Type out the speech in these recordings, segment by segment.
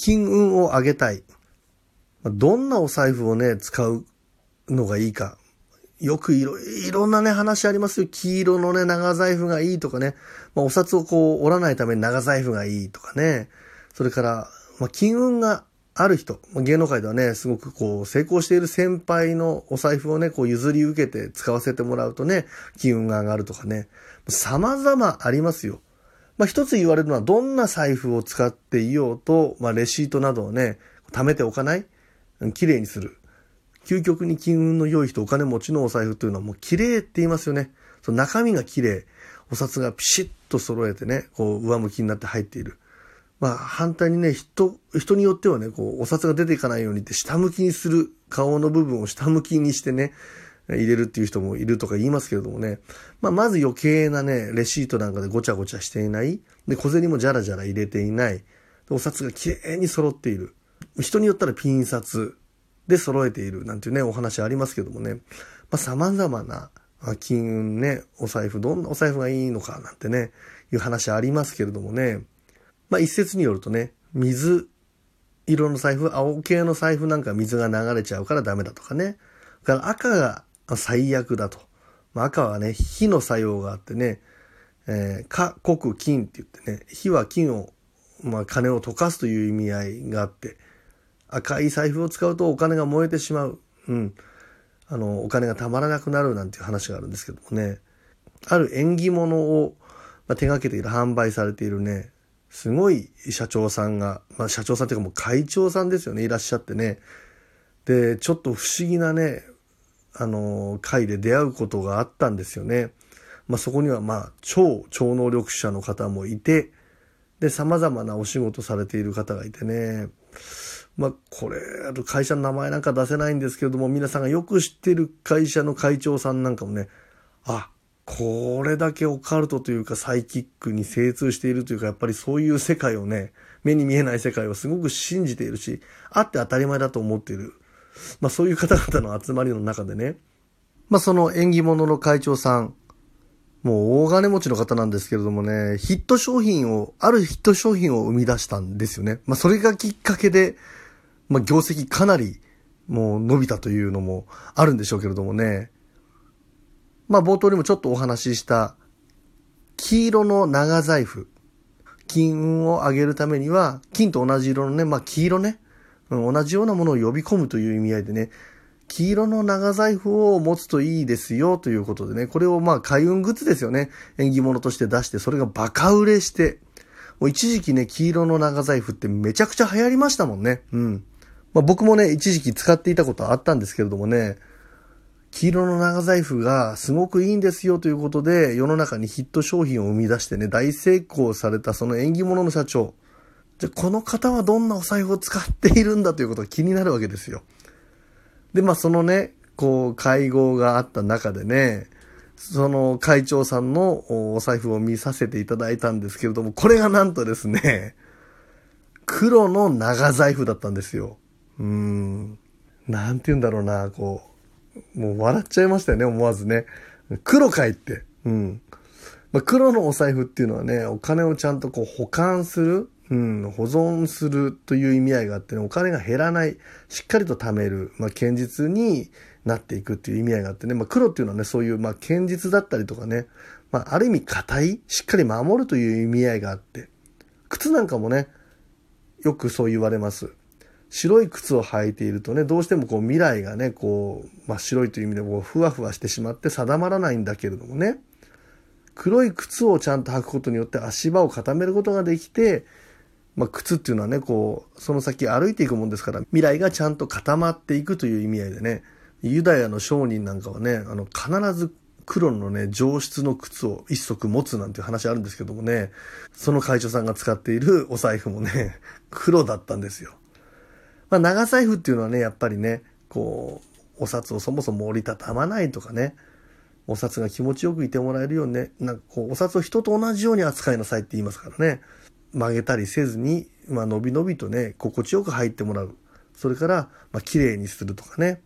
金運を上げたい。どんなお財布をね、使うのがいいか。よくいろんなね、話ありますよ。黄色のね、長財布がいいとかね。お札をこう折らないために長財布がいいとかね。それから、金運がある人。芸能界ではね、すごくこう成功している先輩のお財布をね、こう譲り受けて使わせてもらうとね、金運が上がるとかね。様々ありますよ。一つ言われるのは、どんな財布を使っていようと、レシートなどをね、貯めておかない。綺麗にする。究極に金運の良い人、お金持ちのお財布というのはもう綺麗って言いますよね。その中身が綺麗。お札がピシッと揃えてね、こう上向きになって入っている。反対にね、人によってはね、こうお札が出ていかないようにって下向きにする。顔の部分を下向きにしてね、入れるっていう人もいるとか言いますけれどもね。まず余計なね、レシートなんかでごちゃごちゃしていない。で、小銭もじゃらじゃら入れていない。お札が綺麗に揃っている。人によったらピン札で揃えているなんていうね、お話ありますけどもね。様々な金運ね、お財布、どんなお財布がいいのかなんてね、いう話ありますけれどもね。一説によるとね、水色の財布、青系の財布なんか水が流れちゃうからダメだとかね。だから赤が最悪だと。赤はね、火の作用があってね、火、黒、金って言ってね、火は金を、金を溶かすという意味合いがあって、赤い財布を使うとお金が燃えてしまう。お金がたまらなくなるなんていう話があるんですけどもね。ある縁起物を手掛けている、販売されているね、すごい社長さんが、社長さんというかもう会長さんですよね、いらっしゃってね。で、ちょっと不思議なね、会で出会うことがあったんですよね。そこには超能力者の方もいて、で、様々なお仕事されている方がいてね。これ、会社の名前なんか出せないんですけれども、皆さんがよく知っている会社の会長さんなんかもね、これだけオカルトというかサイキックに精通しているというか、やっぱりそういう世界をね、目に見えない世界をすごく信じているし、あって当たり前だと思っている。そういう方々の集まりの中でね、その縁起物の会長さん、もう大金持ちの方なんですけれどもね、あるヒット商品を生み出したんですよね。それがきっかけで、業績かなりもう伸びたというのもあるんでしょうけれどもね。冒頭にもちょっとお話しした黄色の長財布。金運を上げるためには、金と同じ色のね、黄色ね、同じようなものを呼び込むという意味合いでね、黄色の長財布を持つといいですよということでね、これを開運グッズですよね。縁起物として出して、それがバカ売れして、もう一時期ね、黄色の長財布ってめちゃくちゃ流行りましたもんね。僕もね、一時期使っていたことあったんですけれどもね、黄色の長財布がすごくいいんですよということで、世の中にヒット商品を生み出してね、大成功されたその縁起物の社長。じゃあこの方はどんなお財布を使っているんだということが気になるわけですよ。で、そのね、会合があった中でね、その会長さんのお財布を見させていただいたんですけれども、これがなんとですね、黒の長財布だったんですよ。なんて言うんだろうな、もう笑っちゃいましたよね、思わずね。黒かいって。黒のお財布っていうのはね、お金をちゃんと保管する、保存するという意味合いがあってね、お金が減らない、しっかりと貯める、堅実になっていくっていう意味合いがあってね、黒っていうのはね、そういう、堅実だったりとかね、ある意味硬い、しっかり守るという意味合いがあって、靴なんかもね、よくそう言われます。白い靴を履いているとね、どうしても未来がね、白いという意味でふわふわしてしまって定まらないんだけれどもね、黒い靴をちゃんと履くことによって足場を固めることができて、靴っていうのはね、その先歩いていくもんですから、未来がちゃんと固まっていくという意味合いでね、ユダヤの商人なんかはね、必ず黒のね、上質の靴を一足持つなんていう話あるんですけどもね、その会長さんが使っているお財布もね、黒だったんですよ。長財布っていうのはね、やっぱりね、お札をそもそも折りたたまないとかね、お札が気持ちよくいてもらえるようにね、お札を人と同じように扱いなさいって言いますからね、曲げたりせずに、のびのびとね、心地よく入ってもらう。それから、綺麗にするとかね、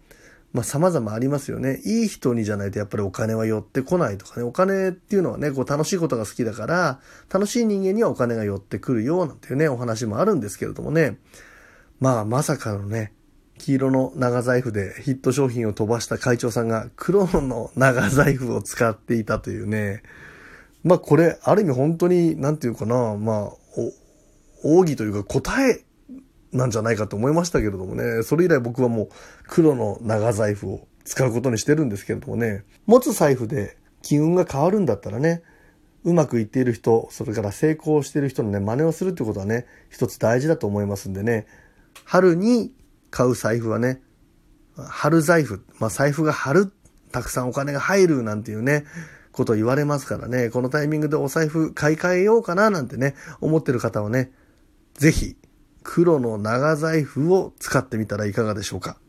様々ありますよね。いい人にじゃないとやっぱりお金は寄ってこないとかね。お金っていうのはね、楽しいことが好きだから、楽しい人間にはお金が寄ってくるよ、なんていうね、お話もあるんですけれどもね。まさかのね、黄色の長財布でヒット商品を飛ばした会長さんが黒の長財布を使っていたというね。これ、ある意味本当に、なんていうかな、奥義というか答えなんじゃないかと思いましたけれどもね。それ以来僕はもう黒の長財布を使うことにしてるんですけれどもね。持つ財布で金運が変わるんだったらね、うまくいっている人、それから成功している人のね、真似をするってことはね、一つ大事だと思いますんでね。春に買う財布はね、春財布。財布が春、たくさんお金が入るなんていうね、ことを言われますからね。このタイミングでお財布買い替えようかななんてね、思ってる方はね、ぜひ、黒の長財布を使ってみたらいかがでしょうか。